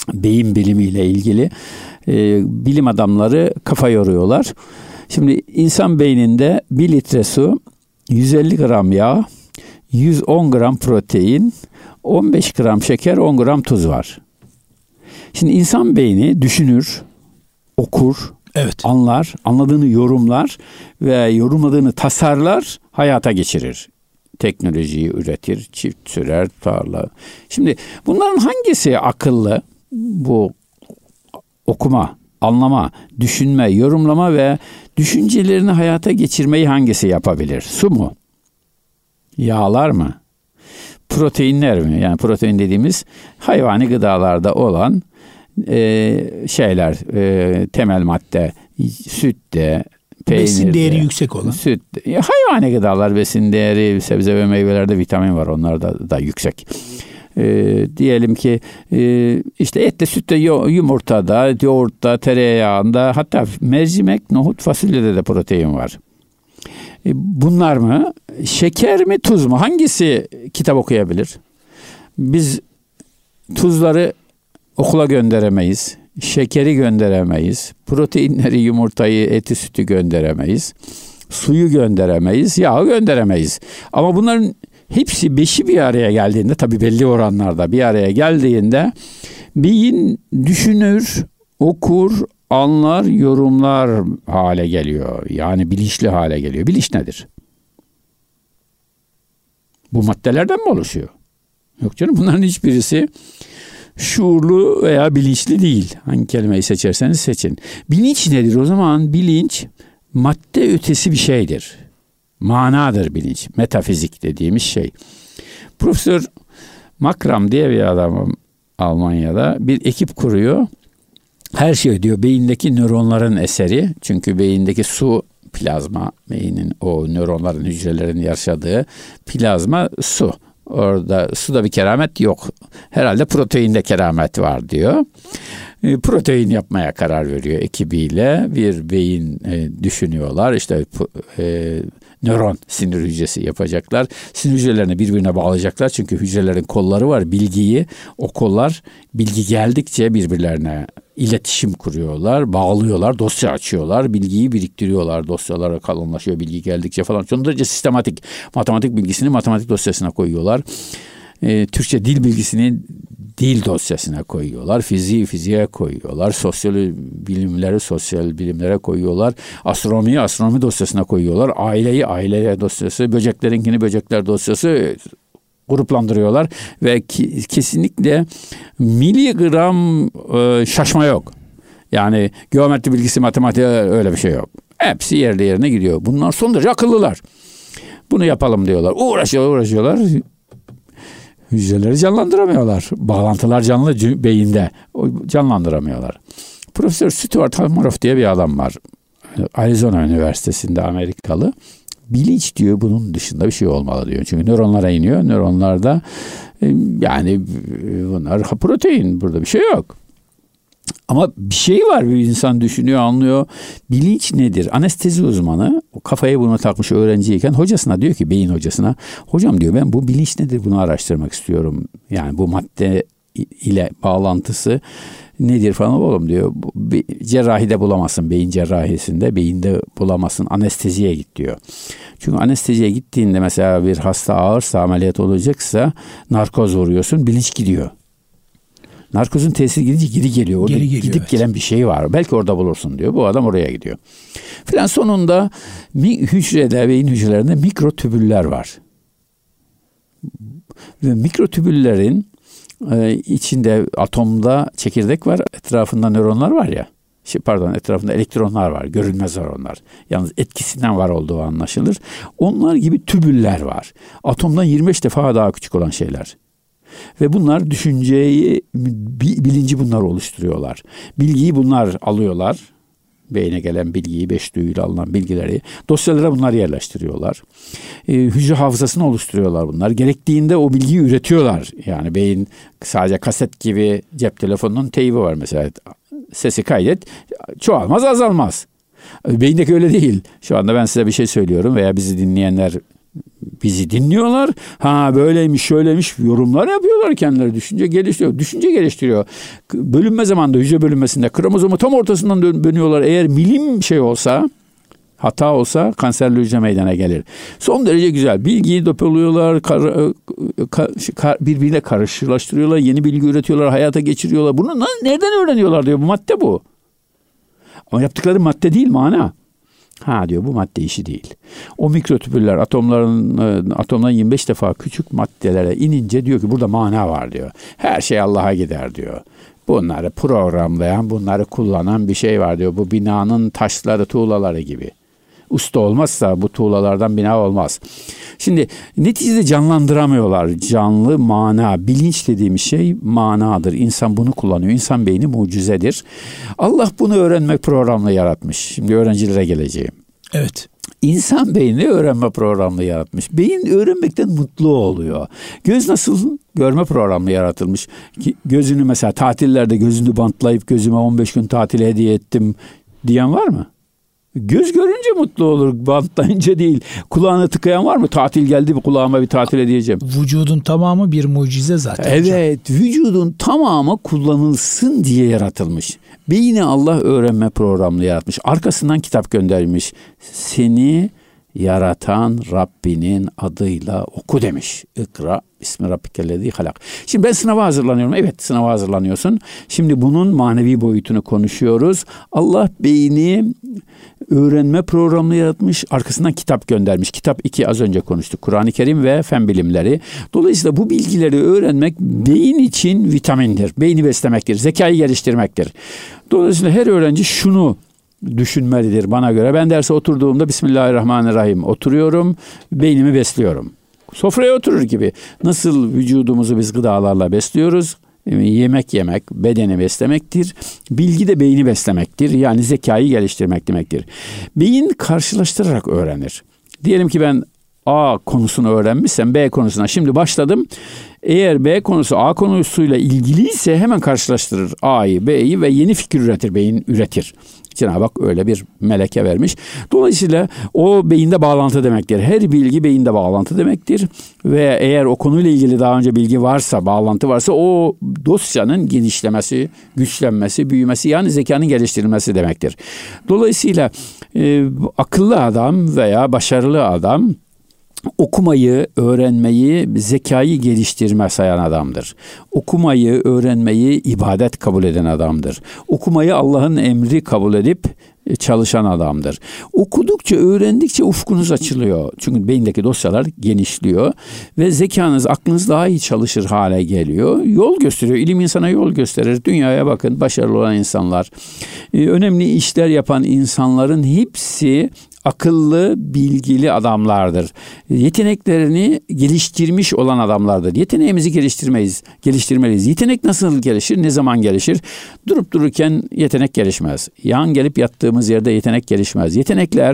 beyin bilimiyle ilgili bilim adamları kafa yoruyorlar. Şimdi insan beyninde 1 litre su, 150 gram yağ, 110 gram protein, 15 gram şeker, 10 gram tuz var. Şimdi insan beyni düşünür, okur, anlar, anladığını yorumlar ve yorumladığını tasarlar, hayata geçirir. Teknolojiyi üretir, çift sürer, tarla. Şimdi bunların hangisi akıllı? Bu okuma, anlama, düşünme, yorumlama ve düşüncelerini hayata geçirmeyi hangisi yapabilir? Su mu? Yağlar mı? Proteinler mi? Yani protein dediğimiz hayvani gıdalarda olan şeyler, temel madde, sütte, peynirde.
Besin değeri yüksek olan.
Süt, hayvani gıdalar, besin değeri, sebze ve meyvelerde vitamin var. Onlar da yüksek. Diyelim ki işte ette, sütte, yumurtada, yoğurtta, tereyağında, hatta mercimek, nohut, fasulyede de protein var. Bunlar mı? Şeker mi, tuz mu? Hangisi kitap okuyabilir? Biz tuzları okula gönderemeyiz. Şekeri gönderemeyiz. Proteinleri, yumurtayı, eti, sütü gönderemeyiz. Suyu gönderemeyiz. Yağı gönderemeyiz. Ama bunların hepsi, beşi bir araya geldiğinde, tabii belli oranlarda bir araya geldiğinde beyin düşünür, okur, anlar, yorumlar hale geliyor. Yani bilinçli hale geliyor. Bilinç nedir? Bu maddelerden mi oluşuyor? Yok canım, bunların hiçbirisi şuurlu veya bilinçli değil. Hangi kelimeyi seçerseniz seçin. Bilinç nedir? O zaman bilinç madde ötesi bir şeydir. Manadır bilinç. Metafizik dediğimiz şey. Profesör Makram diye bir adam Almanya'da bir ekip kuruyor. Her şey diyor beyindeki nöronların eseri. Çünkü beyindeki su, plazma, beynin o nöronların, hücrelerin yaşadığı plazma su. Orada suda bir keramet yok. Herhalde proteinde keramet var diyor. Protein yapmaya karar veriyor ekibiyle. Bir beyin düşünüyorlar. İşte nöron sinir hücresi yapacaklar. Sinir hücrelerini birbirine bağlayacaklar. Çünkü hücrelerin kolları var. Bilgiyi, o kollar bilgi geldikçe birbirlerine iletişim kuruyorlar, bağlıyorlar, dosya açıyorlar, bilgiyi biriktiriyorlar, dosyalara kalınlaşıyor bilgi geldikçe falan. Son derece sistematik. Matematik bilgisini matematik dosyasına koyuyorlar. Türkçe dil bilgisini dil dosyasına koyuyorlar. Fiziği fiziğe koyuyorlar. Sosyal bilimleri sosyal bilimlere koyuyorlar. Astronomiyi astronomi dosyasına koyuyorlar. Aileyi aile dosyası, böceklerinkini böcekler dosyası gruplandırıyorlar ve kesinlikle miligram şaşma yok. Yani geometri bilgisi, matematik, öyle bir şey yok. Hepsi yerine gidiyor. Bunlar son derece akıllılar. Bunu yapalım diyorlar. Uğraşıyorlar. Hücreleri canlandıramıyorlar. Bağlantılar canlı beyinde. Canlandıramıyorlar. Profesör Stuart Hameroff diye bir adam var. Arizona Üniversitesi'nde, Amerikalı. Bilinç diyor bunun dışında bir şey olmalı diyor. Çünkü nöronlara iniyor. Nöronlarda yani bunlar protein. Burada bir şey yok. Ama bir şey var. Bir insan düşünüyor, anlıyor. Bilinç nedir? Anestezi uzmanı o kafaya bunu takmış öğrenciyken hocasına diyor ki, beyin hocasına, hocam diyor, ben bu bilinç nedir bunu araştırmak istiyorum. Yani bu madde ile bağlantısı nedir falan oğlum diyor. Cerrahide bulamazsın, beyin cerrahisinde beyinde bulamazsın, anesteziye git diyor. Çünkü anesteziye gittiğinde mesela bir hasta ağırsa, ameliyat olacaksa narkoz vuruyorsun, bilinç gidiyor. Narkozun tesiri gidince geri geliyor. Orada gidip gelen bir şey var. Belki orada bulursun diyor. Bu adam oraya gidiyor. Filan sonunda hücrede, beyin hücrelerinde mikrotübüller var. Ve mikrotübüllerin içinde atomda çekirdek var. Etrafında nöronlar var ya. Etrafında elektronlar var. Görünmez var onlar. Yalnız etkisinden var olduğu anlaşılır. Onlar gibi tübüller var. Atomdan 25 defa daha küçük olan şeyler. Ve bunlar düşünceyi, bilinci bunlar oluşturuyorlar. Bilgiyi bunlar alıyorlar. Beyne gelen bilgiyi, 5 duyuyla alınan bilgileri dosyalara bunlar yerleştiriyorlar. Hücre hafızasını oluşturuyorlar bunlar. Gerektiğinde o bilgiyi üretiyorlar. Yani beyin sadece kaset gibi, cep telefonunun teybi var mesela. Sesi kaydet, çoğalmaz azalmaz. Beyindeki öyle değil. Şu anda ben size bir şey söylüyorum veya bizi dinleyenler Bizi dinliyorlar. Ha böyleymiş, şöyleymiş yorumlar yapıyorlar kendileri. Düşünce geliştiriyor. Düşünce geliştiriyor. Bölünme zamanında, hücre bölünmesinde kromozomu tam ortasından dönüyorlar. Eğer milim şey olsa, hata olsa kanserli hücre meydana gelir. Son derece güzel. Bilgiyi depoluyorlar, birbirine karşılaştırıyorlar, yeni bilgi üretiyorlar, hayata geçiriyorlar. Bunu nereden öğreniyorlar diyor. Bu madde bu. Ama yaptıkları madde değil, mana. Ha diyor, bu madde işi değil. O mikrotübüller atomdan 25 defa küçük maddelere inince diyor ki burada mana var diyor. Her şey Allah'a gider diyor. Bunları programlayan, bunları kullanan bir şey var diyor. Bu binanın taşları, tuğlaları gibi. Usta olmazsa bu tuğlalardan bina olmaz. Şimdi neticede canlandıramıyorlar. Canlı mana, bilinç dediğimiz şey manadır. İnsan bunu kullanıyor. İnsan beyni mucizedir. Allah bunu öğrenmek programla yaratmış. Şimdi öğrencilere geleceğim.
Evet.
İnsan beyni öğrenme programlı yaratmış. Beyin öğrenmekten mutlu oluyor. Göz nasıl? Görme programlı yaratılmış. Gözünü mesela tatillerde gözünü bantlayıp gözüme 15 gün tatil hediye ettim diyen var mı? Göz görünce mutlu olur, bantlayınca değil. Kulağına tıkayan var mı? Tatil geldi, kulağıma bir tatil edeceğim.
Vücudun tamamı bir mucize zaten.
Evet, vücudun tamamı kullanılsın diye yaratılmış. Beyni Allah öğrenme programını yaratmış. Arkasından kitap göndermiş. Seni yaratan Rabbinin adıyla oku demiş. İkra bismi rabbikellezî halak. Şimdi ben sınava hazırlanıyorum. Evet, sınava hazırlanıyorsun. Şimdi bunun manevi boyutunu konuşuyoruz. Allah beyni öğrenme programını yaratmış. Arkasından kitap göndermiş. Kitap 2 az önce konuştuk. Kur'an-ı Kerim ve fen bilimleri. Dolayısıyla bu bilgileri öğrenmek beyin için vitamindir. Beyni beslemektir. Zekayı geliştirmektir. Dolayısıyla her öğrenci şunu düşünmelidir bana göre. Ben derse oturduğumda Bismillahirrahmanirrahim oturuyorum. Beynimi besliyorum. Sofraya oturur gibi. Nasıl vücudumuzu biz gıdalarla besliyoruz? Yemek yemek bedeni beslemektir. Bilgi de beyni beslemektir. Yani zekayı geliştirmek demektir. Beyin karşılaştırarak öğrenir. Diyelim ki ben A konusunu öğrenmişsem B konusuna şimdi başladım. Eğer B konusu A konusuyla ilgiliyse hemen karşılaştırır A'yı, B'yi ve yeni fikir üretir, beyin üretir. Cenab-ı Hak öyle bir meleke vermiş. Dolayısıyla o beyinde bağlantı demektir. Her bilgi beyinde bağlantı demektir. Ve eğer o konuyla ilgili daha önce bilgi varsa, bağlantı varsa o dosyanın genişlemesi, güçlenmesi, büyümesi yani zekanın geliştirilmesi demektir. Dolayısıyla akıllı adam veya başarılı adam okumayı, öğrenmeyi, zekayı geliştirme sayan adamdır. Okumayı, öğrenmeyi ibadet kabul eden adamdır. Okumayı Allah'ın emri kabul edip çalışan adamdır. Okudukça, öğrendikçe ufkunuz açılıyor. Çünkü beyindeki dosyalar genişliyor ve zekanız, aklınız daha iyi çalışır hale geliyor. Yol gösteriyor. İlim insana yol gösterir. Dünyaya bakın, başarılı olan insanlar, önemli işler yapan insanların hepsi akıllı, bilgili adamlardır. Yeteneklerini geliştirmiş olan adamlardır. Yeteneğimizi geliştirmeliyiz. Yetenek nasıl gelişir, ne zaman gelişir? Durup dururken yetenek gelişmez. Yan gelip yattığımız yerde yetenek gelişmez. Yetenekler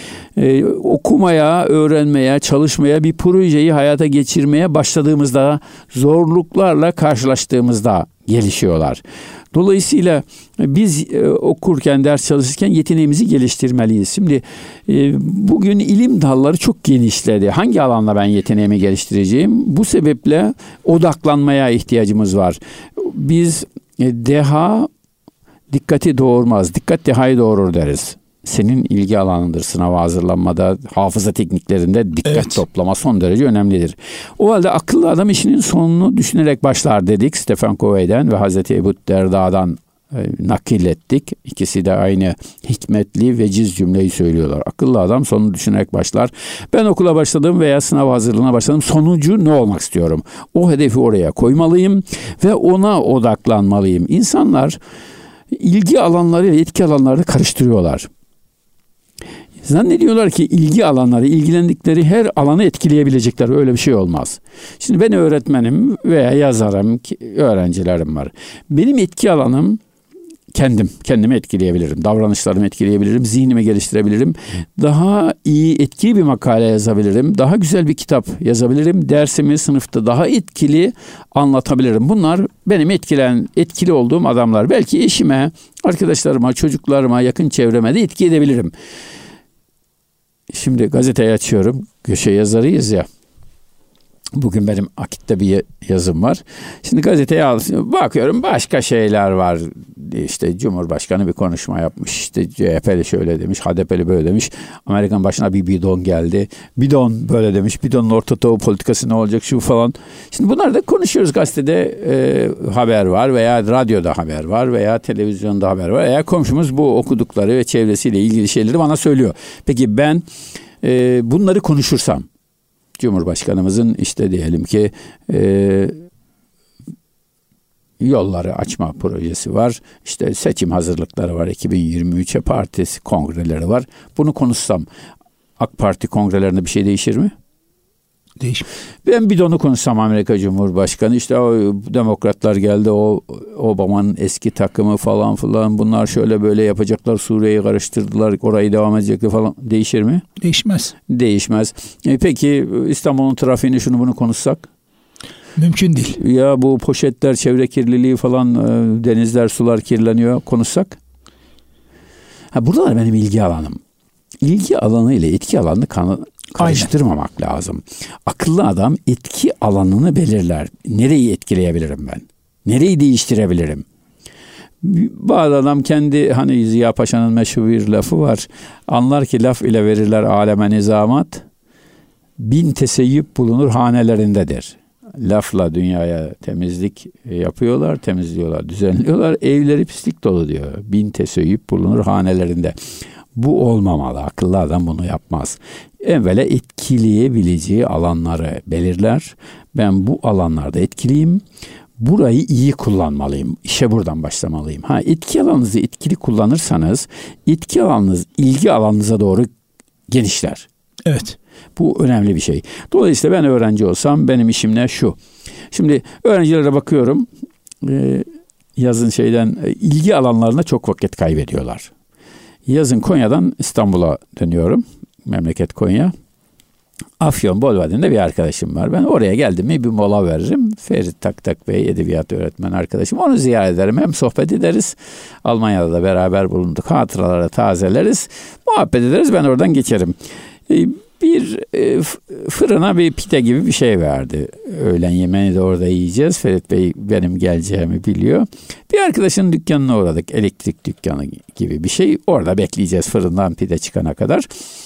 okumaya, öğrenmeye, çalışmaya, bir projeyi hayata geçirmeye başladığımızda, zorluklarla karşılaştığımızda gelişiyorlar. Dolayısıyla biz okurken, ders çalışırken yeteneğimizi geliştirmeliyiz. Şimdi bugün ilim dalları çok genişledi. Hangi alanda ben yeteneğimi geliştireceğim? Bu sebeple odaklanmaya ihtiyacımız var. Biz deha dikkati doğurmaz, dikkat dehayı doğurur deriz. Senin ilgi alanındır sınava hazırlanmada, hafıza tekniklerinde dikkat toplama son derece önemlidir. O halde akıllı adam işinin sonunu düşünerek başlar dedik. Stephen Covey'den ve Hazreti Ebu Derda'dan nakil ettik. İkisi de aynı hikmetli, veciz cümleyi söylüyorlar. Akıllı adam sonunu düşünerek başlar. Ben okula başladım veya sınav hazırlığına başladım. Sonucu ne olmak istiyorum? O hedefi oraya koymalıyım ve ona odaklanmalıyım. İnsanlar ilgi alanları ile etki alanlarını karıştırıyorlar. Zannediyorlar ki ilgi alanları, ilgilendikleri her alanı etkileyebilecekler. Öyle bir şey olmaz. Şimdi ben öğretmenim veya yazarım, öğrencilerim var. Benim etki alanım kendimi etkileyebilirim. Davranışlarımı etkileyebilirim. Zihnimi geliştirebilirim. Daha iyi, etkili bir makale yazabilirim. Daha güzel bir kitap yazabilirim. Dersimi sınıfta daha etkili anlatabilirim. Bunlar benim etkili olduğum adamlar. Belki eşime, arkadaşlarıma, çocuklarıma, yakın çevreme de etki edebilirim. şimdi gazeteyi açıyorum. Köşe yazarıyız ya. Bugün benim Akit'te bir yazım var. Şimdi gazeteye bakıyorum, başka şeyler var. İşte Cumhurbaşkanı bir konuşma yapmış. İşte CHP'li şöyle demiş, HDP'li böyle demiş. Amerikan başına bir bidon geldi. Bidon böyle demiş. Bidonun Orta Doğu politikası ne olacak şu falan. Şimdi bunları da konuşuyoruz. Gazetede haber var veya radyoda haber var veya televizyonda haber var. Eğer komşumuz bu okudukları ve çevresiyle ilgili şeyleri bana söylüyor. Peki ben bunları konuşursam, Cumhurbaşkanımızın işte diyelim ki yolları açma projesi var. İşte seçim hazırlıkları var. 2023'e partisi kongreleri var. Bunu konuşsam AK Parti kongrelerinde bir şey değişir mi?
Değişmez.
Ben bidonu konuşsam Amerika Cumhurbaşkanı, işte o demokratlar geldi, o Obama'nın eski takımı falan filan, bunlar şöyle böyle yapacaklar, Suriye'yi karıştırdılar, orayı devam edecekler falan, değişir mi?
Değişmez.
Değişmez. Peki İstanbul'un trafiğini şunu bunu konuşsak?
Mümkün değil.
Ya bu poşetler, çevre kirliliği falan, denizler, sular kirleniyor, konuşsak? Buralar benim ilgi alanım. İlgi alanı ile etki alanını karıştırmamak lazım. Akıllı adam etki alanını belirler. Nereyi etkileyebilirim ben? Nereyi değiştirebilirim? Bazı adam kendi, hani Ziya Paşa'nın meşhur bir lafı var. Anlar ki laf ile verirler aleme nizamat. 1000 teseyyüp bulunur hanelerindedir. Lafla dünyaya temizlik yapıyorlar, temizliyorlar, düzenliyorlar. Evleri pislik dolu diyor. 1000 teseyyüp bulunur hanelerinde. Bu olmamalı. Akıllı adam bunu yapmaz. Evvela etkileyebileceği alanları belirler. Ben bu alanlarda etkiliyim. Burayı iyi kullanmalıyım. İşe buradan başlamalıyım. Etki alanınızı etkili kullanırsanız etki alanınız ilgi alanınıza doğru genişler.
Evet.
Bu önemli bir şey. Dolayısıyla ben öğrenci olsam benim işim ne? Şu. Şimdi öğrencilere bakıyorum. Yazın ilgi alanlarına çok vakit kaybediyorlar. Yazın Konya'dan İstanbul'a dönüyorum. Memleket Konya. Afyon Bolvadin'de bir arkadaşım var. Ben oraya geldim mi bir mola veririm. Ferit Tak Bey, edebiyat öğretmen arkadaşım. Onu ziyaret ederim. Hem sohbet ederiz. Almanya'da da beraber bulunduk. Hatıraları tazeleriz. Muhabbet ederiz. Ben oradan geçerim. Bir fırına bir pide gibi bir şey verdi. Öğlen yemeğini de orada yiyeceğiz. Ferit Bey benim geleceğimi biliyor. Bir arkadaşın dükkanına uğradık. Elektrik dükkanı gibi bir şey. Orada bekleyeceğiz fırından pide çıkana kadar.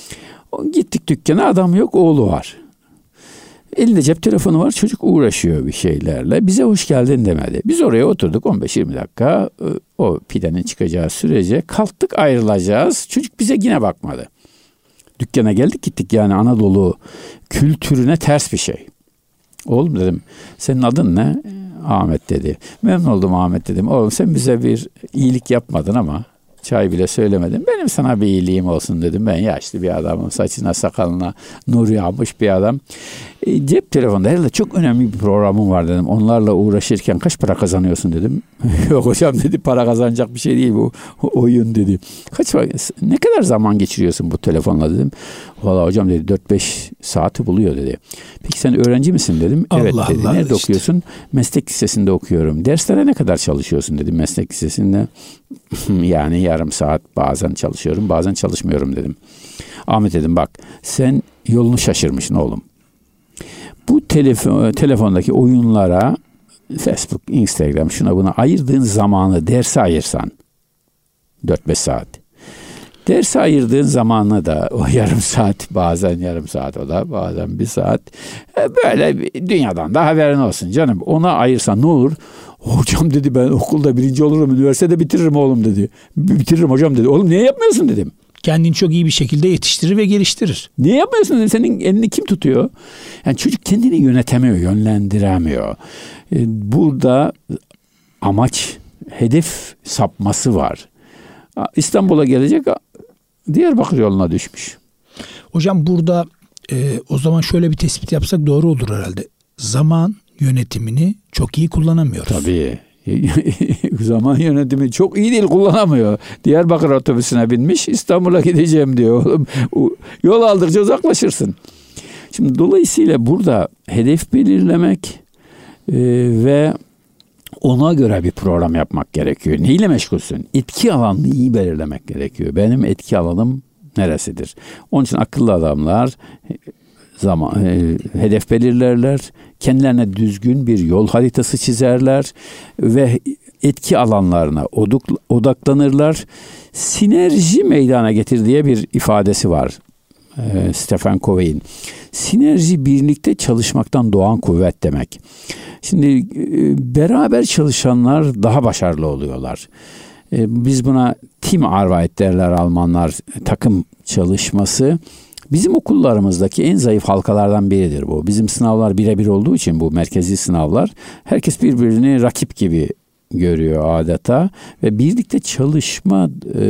Gittik dükkana, adam yok, oğlu var. Elinde cep telefonu var, çocuk uğraşıyor bir şeylerle. Bize hoş geldin demedi. Biz oraya oturduk 15-20 dakika. O pidenin çıkacağı sürece kalktık, ayrılacağız. Çocuk bize yine bakmadı. Dükkana geldik gittik, yani Anadolu kültürüne ters bir şey. Oğlum dedim, senin adın ne? Ahmet dedi. Memnun oldum Ahmet dedim. Oğlum sen bize bir iyilik yapmadın ama çay bile söylemedin. Benim sana bir iyiliğim olsun dedim. Ben yaşlı bir adamım. Saçına sakalına nur yağmış bir adam. Cep telefonunda herhalde çok önemli bir programım var dedim. Onlarla uğraşırken kaç para kazanıyorsun dedim. Yok hocam dedi, para kazanacak bir şey değil bu oyun dedi. Ne kadar zaman geçiriyorsun bu telefonla dedim. Valla hocam dedi 4-5 saati buluyor dedi. Peki sen öğrenci misin dedim. Evet dedi. Nerede okuyorsun? Meslek lisesinde okuyorum. Derslere ne kadar çalışıyorsun dedim meslek lisesinde. Yani yarım saat bazen çalışıyorum, bazen çalışmıyorum dedim. Ahmet dedim, bak sen yolunu şaşırmışsın oğlum. Bu telefondaki oyunlara, Facebook, Instagram, şuna buna ayırdığın zamanı derse ayırsan 4-5 saat. Derse ayırdığın zamanı da o yarım saat, bazen yarım saat, o da bazen bir saat. Böyle dünyadan da haberin olsun canım. Ona ayırsan ne olur? Hocam dedi, ben okulda 1. olurum, üniversitede bitiririm oğlum dedi. Bitiririm hocam dedi. Oğlum niye yapmıyorsun dedim.
Kendini çok iyi bir şekilde yetiştirir ve geliştirir.
Niye yapmıyorsun dedim. Senin elini kim tutuyor? Yani çocuk kendini yönetemiyor, yönlendiremiyor. Burada amaç, hedef sapması var. İstanbul'a gelecek, Diyarbakır yoluna düşmüş.
Hocam burada o zaman şöyle bir tespit yapsak doğru olur herhalde. Zaman yönetimini çok iyi kullanamıyoruz.
Tabii. Zaman yönetimi çok iyi değil, kullanamıyor. Diyarbakır otobüsüne binmiş, İstanbul'a gideceğim diyor. Oğlum, yol aldıkça uzaklaşırsın. Şimdi dolayısıyla burada hedef belirlemek ve ona göre bir program yapmak gerekiyor. Neyle meşgulsün? Etki alanını iyi belirlemek gerekiyor. Benim etki alanım neresidir? Onun için akıllı adamlar hedef belirlerler, kendilerine düzgün bir yol haritası çizerler ve etki alanlarına odaklanırlar. Sinerji meydana getir diye bir ifadesi var Stephen Covey'in. Sinerji birlikte çalışmaktan doğan kuvvet demek. Şimdi beraber çalışanlar daha başarılı oluyorlar. Biz buna Teamarbeit derler Almanlar, takım çalışması. Bizim okullarımızdaki en zayıf halkalardan biridir bu. Bizim sınavlar birebir olduğu için, bu merkezi sınavlar, herkes birbirini rakip gibi görüyor adeta ve birlikte çalışma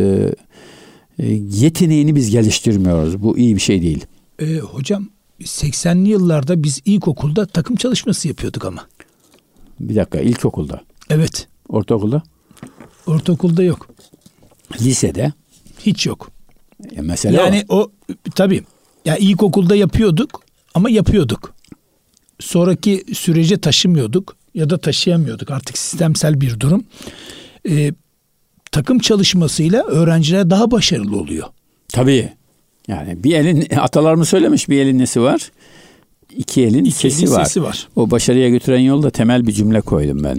yeteneğini biz geliştirmiyoruz. Bu iyi bir şey değil.
Hocam 80'li yıllarda biz ilkokulda takım çalışması yapıyorduk ama.
Bir dakika, ilkokulda.
Evet.
Ortaokulda?
Ortaokulda yok.
Lisede?
Hiç yok.
Mesela
yani o tabii. Ya ilkokulda yapıyorduk ama yapıyorduk. Sonraki sürece taşımıyorduk ya da taşıyamıyorduk. Artık sistemsel bir durum. Takım çalışmasıyla öğrenciler daha başarılı oluyor.
Tabii. Yani bir elin, atalarımız söylemiş, bir elin nesi var? İki elin sesi var. O başarıya götüren yolda temel bir cümle koydum ben.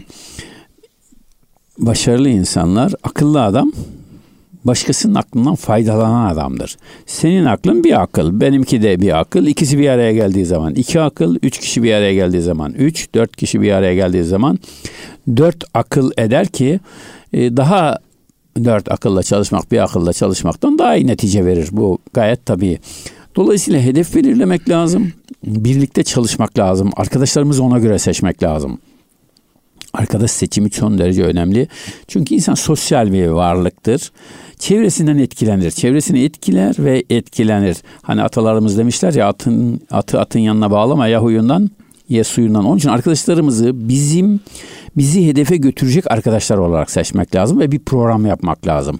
Başarılı insanlar, akıllı adam, başkasının aklından faydalanan adamdır. Senin aklın bir akıl, benimki de bir akıl. İkisi bir araya geldiği zaman 2 akıl, 3 kişi bir araya geldiği zaman 3, 4 kişi bir araya geldiği zaman 4 akıl eder ki daha 4 akılla çalışmak bir akılla çalışmaktan daha iyi netice verir. Bu gayet tabii. Dolayısıyla hedef belirlemek lazım. Birlikte çalışmak lazım. Arkadaşlarımızı ona göre seçmek lazım. Arkadaş seçimi son derece önemli. Çünkü insan sosyal bir varlıktır. Çevresinden etkilenir. Çevresini etkiler ve etkilenir. Hani atalarımız demişler ya, atın yanına bağlama, ya huyundan ya suyundan. Onun için arkadaşlarımızı bizi hedefe götürecek arkadaşlar olarak seçmek lazım ve bir program yapmak lazım.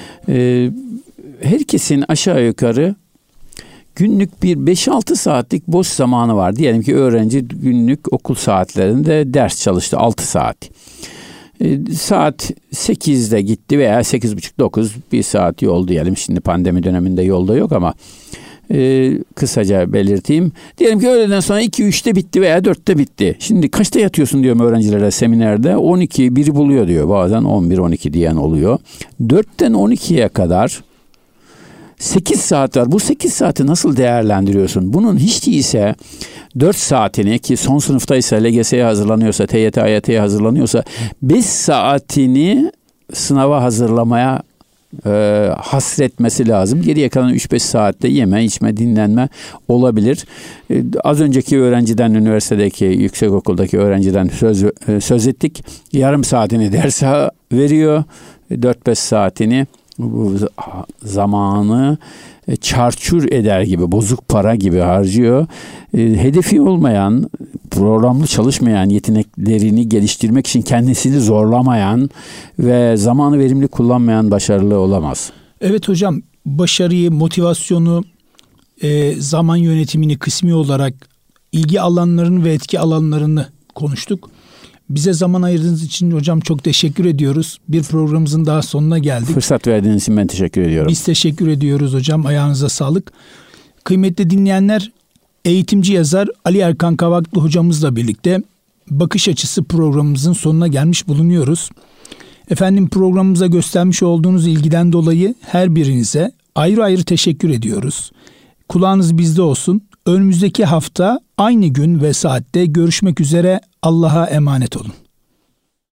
Herkesin aşağı yukarı günlük bir 5-6 saatlik boş zamanı var. Diyelim ki öğrenci günlük okul saatlerinde ders çalıştı 6 saat. Saat 8'de gitti veya 8.30-9, bir saat yol diyelim. Şimdi pandemi döneminde yolda yok ama kısaca belirteyim. Diyelim ki öğleden sonra 2-3'te bitti veya 4'te bitti. Şimdi kaçta yatıyorsun diyorum öğrencilere seminerde. 12, biri buluyor diyor. Bazen 11-12 diyen oluyor. 4'ten 12'ye kadar 8 saat var. Bu 8 saati nasıl değerlendiriyorsun? Bunun hiç değilse 4 saatini, ki son sınıftaysa, LGS'ye hazırlanıyorsa, TYT, AYT'ye hazırlanıyorsa 5 saatini sınava hazırlamaya hasretmesi lazım. Geriye kalan 3-5 saatte yeme, içme, dinlenme olabilir. Az önceki öğrenciden, üniversitedeki, yüksekokuldaki öğrenciden söz ettik. Yarım saatini derse veriyor. 4-5 saatini, bu zamanı çarçur eder gibi, bozuk para gibi harcıyor. Hedefi olmayan, programlı çalışmayan, yeteneklerini geliştirmek için kendisini zorlamayan ve zamanı verimli kullanmayan başarılı olamaz.
Evet hocam, başarıyı, motivasyonu, zaman yönetimini kısmi olarak ilgi alanlarını ve etki alanlarını konuştuk. Bize zaman ayırdığınız için hocam çok teşekkür ediyoruz. Bir programımızın daha sonuna geldik.
Fırsat verdiğiniz için ben teşekkür ediyorum.
Biz teşekkür ediyoruz hocam. Ayağınıza sağlık. Kıymetli dinleyenler, eğitimci yazar Ali Erkan Kavaklı hocamızla birlikte Bakış Açısı programımızın sonuna gelmiş bulunuyoruz. Efendim, programımıza göstermiş olduğunuz ilgiden dolayı her birinize ayrı ayrı teşekkür ediyoruz. Kulağınız bizde olsun. Önümüzdeki hafta aynı gün ve saatte görüşmek üzere. Allah'a emanet olun.